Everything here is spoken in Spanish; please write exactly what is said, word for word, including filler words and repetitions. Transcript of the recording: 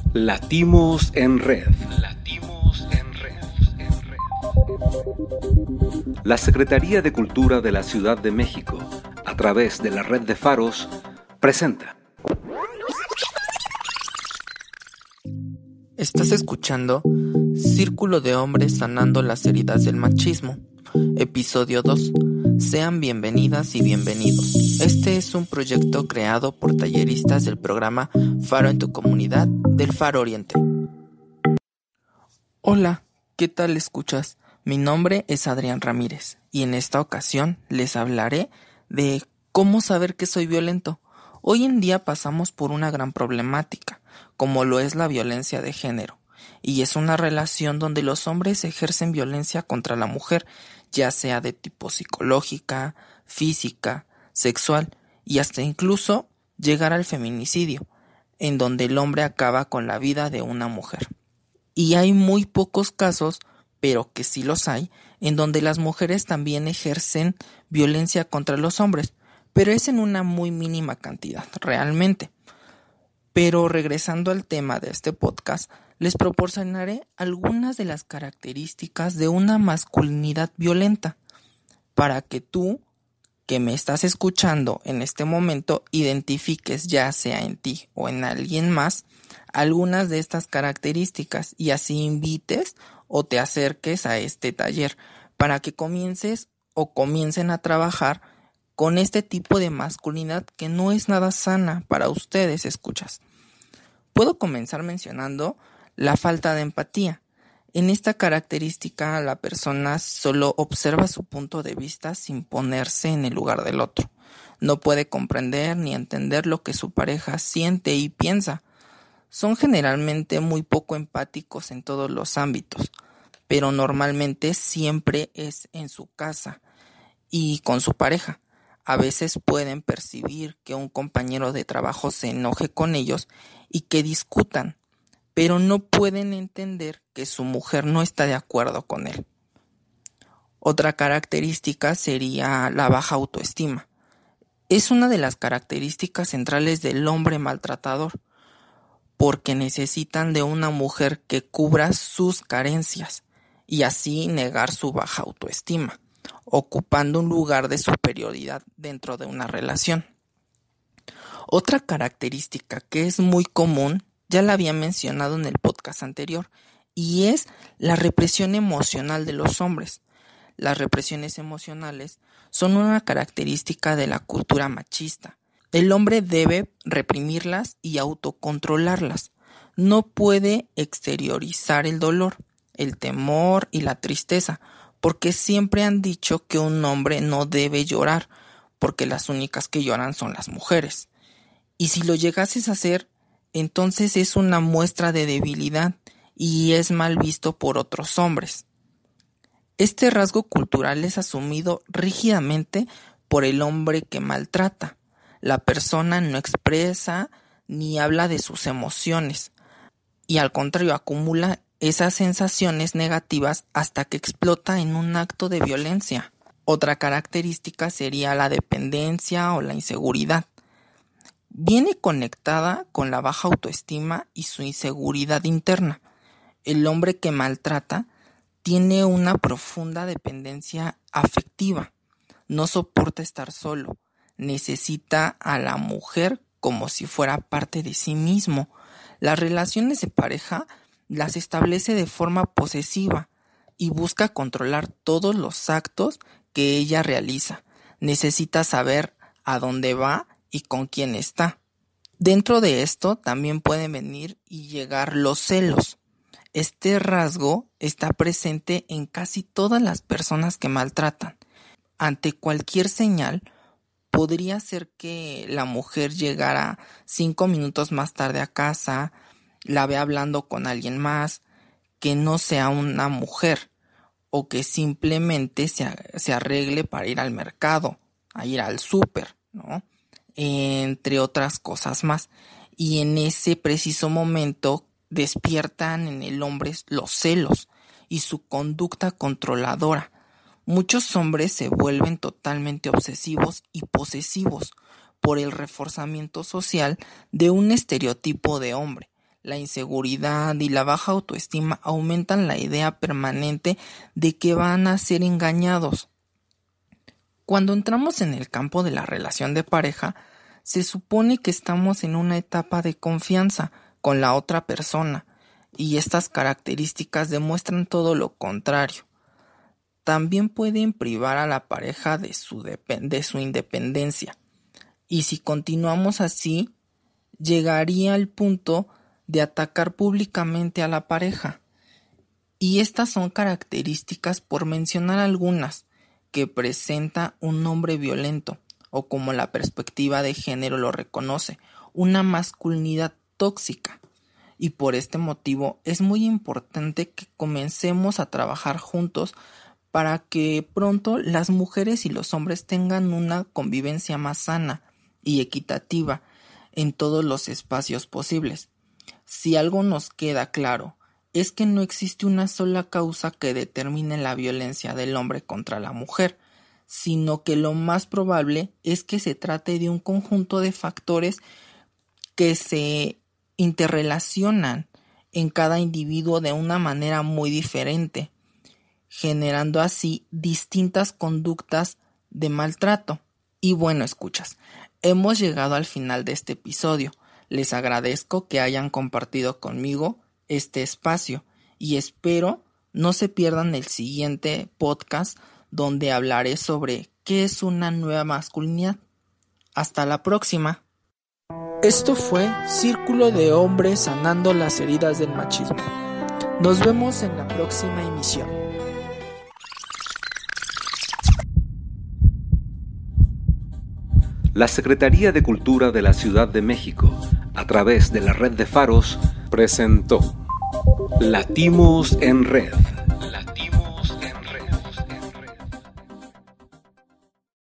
Latimos en Red. Latimos en Red. En Red. La Secretaría de Cultura de la Ciudad de México, a través de la red de faros, presenta. Estás escuchando Círculo de Hombres Sanando las Heridas del Machismo, episodio dos. Sean bienvenidas y bienvenidos. Este es un proyecto creado por talleristas del programa Faro en tu Comunidad del Faro Oriente. Hola, ¿qué tal escuchas? Mi nombre es Adrián Ramírez y en esta ocasión les hablaré de cómo saber que soy violento. Hoy en día pasamos por una gran problemática, como lo es la violencia de género, y es una relación donde los hombres ejercen violencia contra la mujer, ya sea de tipo psicológica, física, sexual y hasta incluso llegar al feminicidio, en donde el hombre acaba con la vida de una mujer. Y hay muy pocos casos, pero que sí los hay, en donde las mujeres también ejercen violencia contra los hombres, pero es en una muy mínima cantidad, realmente. Pero regresando al tema de este podcast, les proporcionaré algunas de las características de una masculinidad violenta, para que tú, que me estás escuchando en este momento, identifiques ya sea en ti o en alguien más, algunas de estas características y así invites o te acerques a este taller, para que comiences o comiencen a trabajar con este tipo de masculinidad que no es nada sana para ustedes, escuchas. Puedo comenzar mencionando la falta de empatía. En esta característica, la persona solo observa su punto de vista sin ponerse en el lugar del otro. No puede comprender ni entender lo que su pareja siente y piensa. Son generalmente muy poco empáticos en todos los ámbitos, pero normalmente siempre es en su casa y con su pareja. A veces pueden percibir que un compañero de trabajo se enoje con ellos y que discutan, pero no pueden entender que su mujer no está de acuerdo con él. Otra característica sería la baja autoestima. Es una de las características centrales del hombre maltratador, porque necesitan de una mujer que cubra sus carencias y así negar su baja autoestima, ocupando un lugar de superioridad dentro de una relación. Otra característica que es muy común, ya la había mencionado en el podcast anterior, y es la represión emocional de los hombres. Las represiones emocionales son una característica de la cultura machista. El hombre debe reprimirlas y autocontrolarlas. No puede exteriorizar el dolor, el temor y la tristeza, porque siempre han dicho que un hombre no debe llorar, porque las únicas que lloran son las mujeres. Y si lo llegases a hacer, entonces es una muestra de debilidad y es mal visto por otros hombres. Este rasgo cultural es asumido rígidamente por el hombre que maltrata. La persona no expresa ni habla de sus emociones y al contrario acumula esas sensaciones negativas hasta que explota en un acto de violencia. Otra característica sería la dependencia o la inseguridad. Viene conectada con la baja autoestima y su inseguridad interna. El hombre que maltrata tiene una profunda dependencia afectiva. No soporta estar solo. Necesita a la mujer como si fuera parte de sí mismo. Las relaciones de pareja las establece de forma posesiva y busca controlar todos los actos que ella realiza. Necesita saber a dónde va y con quién está. Dentro de esto también pueden venir y llegar los celos. Este rasgo está presente en casi todas las personas que maltratan. Ante cualquier señal, podría ser que la mujer llegara cinco minutos más tarde a casa, la ve hablando con alguien más, que no sea una mujer, o que simplemente se, se arregle para ir al mercado, a ir al súper, ¿no? Entre otras cosas más. Y en ese preciso momento despiertan en el hombre los celos y su conducta controladora. Muchos hombres se vuelven totalmente obsesivos y posesivos por el reforzamiento social de un estereotipo de hombre. La inseguridad y la baja autoestima aumentan la idea permanente de que van a ser engañados. Cuando entramos en el campo de la relación de pareja, se supone que estamos en una etapa de confianza con la otra persona, y estas características demuestran todo lo contrario. También pueden privar a la pareja de su, dep- de su independencia, y si continuamos así, llegaría al punto de atacar públicamente a la pareja. Y estas son características, por mencionar algunas, que presenta un hombre violento, o como la perspectiva de género lo reconoce, una masculinidad tóxica. Y por este motivo es muy importante que comencemos a trabajar juntos para que pronto las mujeres y los hombres tengan una convivencia más sana y equitativa en todos los espacios posibles. Si algo nos queda claro, es que no existe una sola causa que determine la violencia del hombre contra la mujer, sino que lo más probable es que se trate de un conjunto de factores que se interrelacionan en cada individuo de una manera muy diferente, generando así distintas conductas de maltrato. Y bueno, escuchas, hemos llegado al final de este episodio. Les agradezco que hayan compartido conmigo este espacio y espero no se pierdan el siguiente podcast donde hablaré sobre qué es una nueva masculinidad. Hasta la próxima. Esto fue Círculo de Hombres Sanando las Heridas del Machismo. Nos vemos en la próxima emisión. La Secretaría de Cultura de la Ciudad de México, a través de la Red de Faros, presentó Latimos en Red.